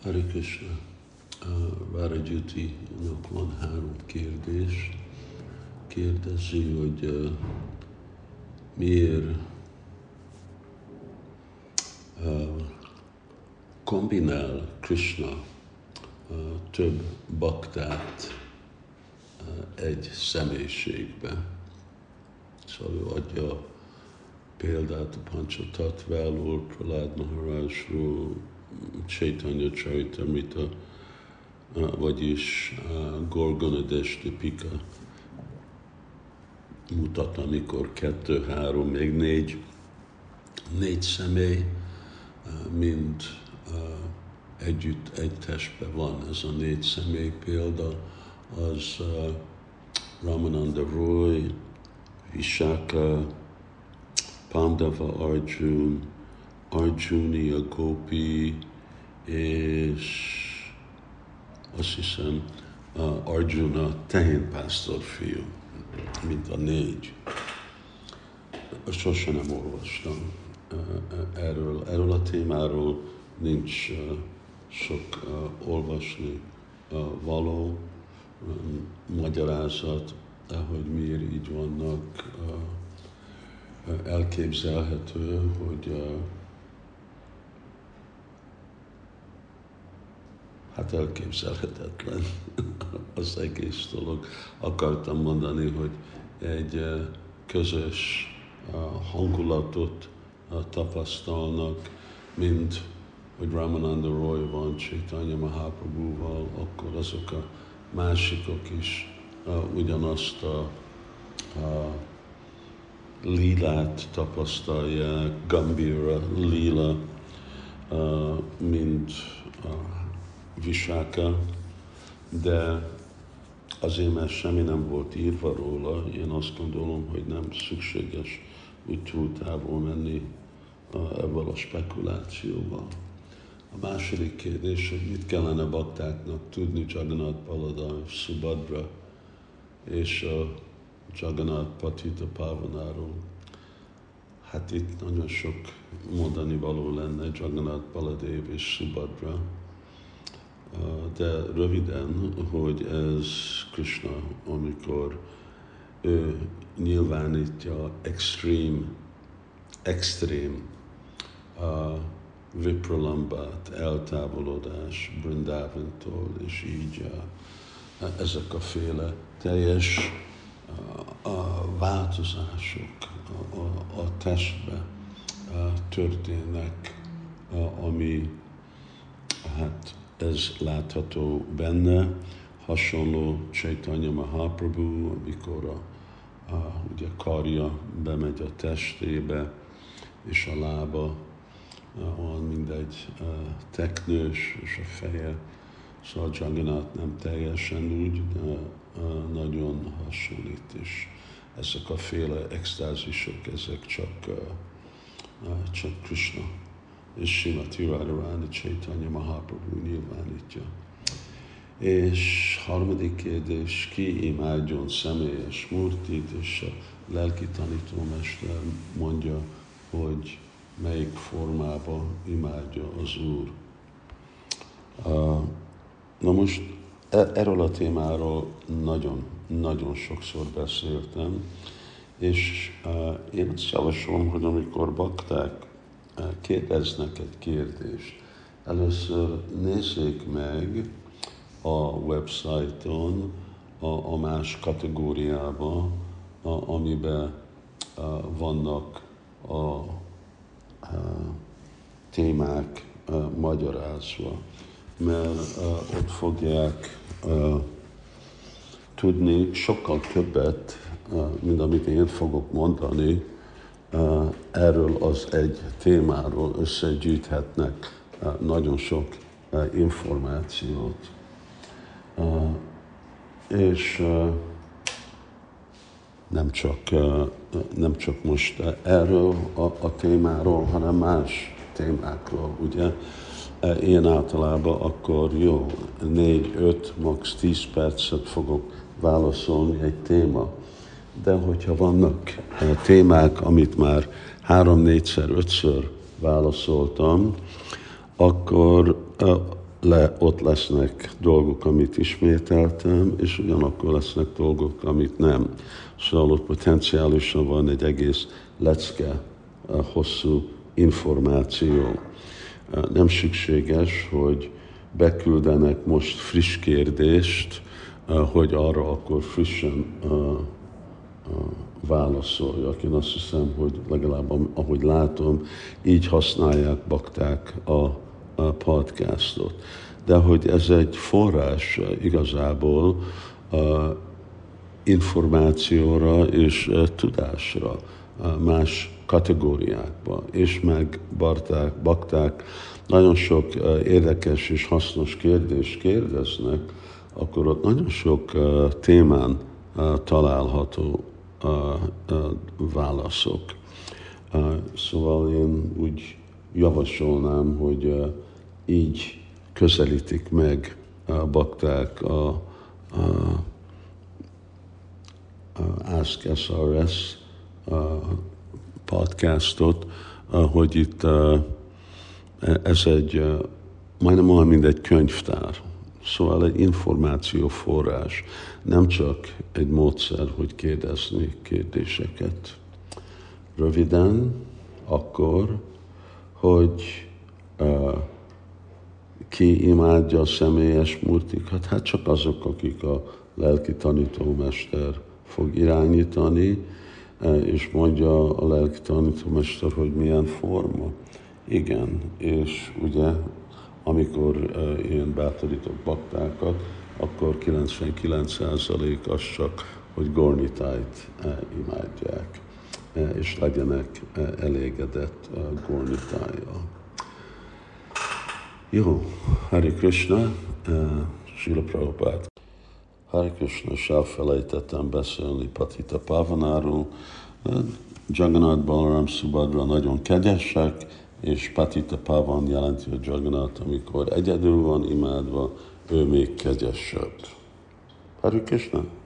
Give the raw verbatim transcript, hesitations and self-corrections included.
Hare Krishna. Uh, Várajutinak van három kérdés. Kérdezi, hogy uh, miért uh, kombinál Krishna uh, több baktát uh, egy személyiségbe. Szóval ő adja példát a Panchatatváról, Prahlad Maharajról, Chaitanya Charitamrita, vagyis Gorgonadesdipika mutat, amikor kettő, három, még négy, négy személy mind együtt egy testben van. Ez a négy személy példa, az Ramananda Roy, Vishaka, Pandava Arjun, Arjuni a Gopi, és azt hiszem uh, Arjuna tehénpásztor fiú, mint a négy. Sosem nem olvastam uh, erről. Erről a témáról nincs uh, sok uh, olvasni uh, való um, magyarázat, hogy miért így vannak. Uh, elképzelhető, hogy uh, hát elképzelhetetlen az egész dolog. Akartam mondani, hogy egy uh, közös uh, hangulatot uh, tapasztalnak, mint hogy Ramananda Roy van Chaitanya Mahaprabhuval, akkor azok a másikok is uh, ugyanazt a uh, lilát tapasztalják, Gambhira lila, uh, mint uh, Vishaka, de azért, mert semmi nem volt írva róla, én azt gondolom, hogy nem szükséges úgy túl távol menni uh, ebből a spekulációval. A második kérdés, hogy mit kellene baktáknak tudni Jagannath Balada, Subhadra és a Jagannath Patita Pávanáról. Hát itt nagyon sok mondani való lenne Jagannath Baladev és Subhadra, de röviden, hogy ez Krishna, amikor ő nyilvánítja extrém, extrém uh, vipralambát, eltávolodás Brindavantól, és így uh, ezek a féle teljes uh, a változások a, a, a testbe uh, történnek, uh, ami hát ez látható benne, hasonló Chaitanya Mahaprabhu, amikor a, a ugye karja bemegy a testébe, és a lába van mindegy teknős, és a feje, szóval Jagannath nem teljesen úgy, de nagyon hasonlít, és ezek a féle extázisok, ezek csak, csak Krishna és Srimati Radharani Chaitanya Mahaprabhu nyilvánítja. És harmadik kérdés, ki imádjon személyes murtit, és a lelki tanítómester mondja, hogy melyik formában imádja az Úr. Na most erről a témáról nagyon, nagyon sokszor beszéltem, és én azt javaslom, hogy amikor bakták kérdeznek egy kérdést, először nézzék meg a websájton a, a más kategóriába, a, amiben a, vannak a, a témák a, magyarázva, mert a, ott fogják a, tudni sokkal többet, a, mint amit én fogok mondani, Uh, erről az egy témáról összegyűjthetnek uh, nagyon sok uh, információt. Uh, és uh, nem, csak, uh, nem csak most uh, erről a, a témáról, hanem más témákról, ugye? Uh, én általában akkor jó, négy, öt, max. tíz percet fogok válaszolni egy téma. De hogyha vannak témák, amit már három, négyszer, ötször válaszoltam, akkor le, ott lesznek dolgok, amit ismételtem, és ugyanakkor lesznek dolgok, amit nem. Szóval ott potenciálisan van egy egész lecke hosszú információ. Nem szükséges, hogy beküldenek most friss kérdést, hogy arra akkor frissen válaszoljak. Én azt hiszem, hogy legalább ahogy látom, így használják bakták a, a podcastot. De hogy ez egy forrás igazából a információra és tudásra más kategóriákba, és meg barták, bakták nagyon sok érdekes és hasznos kérdést kérdeznek, akkor ott nagyon sok témán található válaszok. Szóval én úgy javasolnám, hogy így közelítik meg a bakták a, a, a Ask es er es a podcastot, hogy itt ez egy majdnem olyan, mint egy könyvtár. Szóval egy információforrás, nem csak egy módszer, hogy kérdezni kérdéseket. Röviden akkor, hogy uh, ki imádja a személyes murtikat? Hát csak azok, akik a lelki tanítómester fog irányítani, és mondja a lelki tanítómester, hogy milyen forma. Igen, és ugye, amikor uh, én bátorítok baktákat, akkor kilencvenkilenc százalék az csak, hogy Gornitájt uh, imádják, uh, és legyenek uh, elégedett uh, Gornitájjal. Jó, Hare Krishna, uh, Srila Prabhupád. Hare Krishna, selfelejtettem beszélni Patita Pávanáról. Jagannath, Balaram, Subhadra nagyon kegyesek, és Patita Pávan jelenti a Jagannath, amikor egyedül van imádva, ő még kegyesebb. Hare Krishna!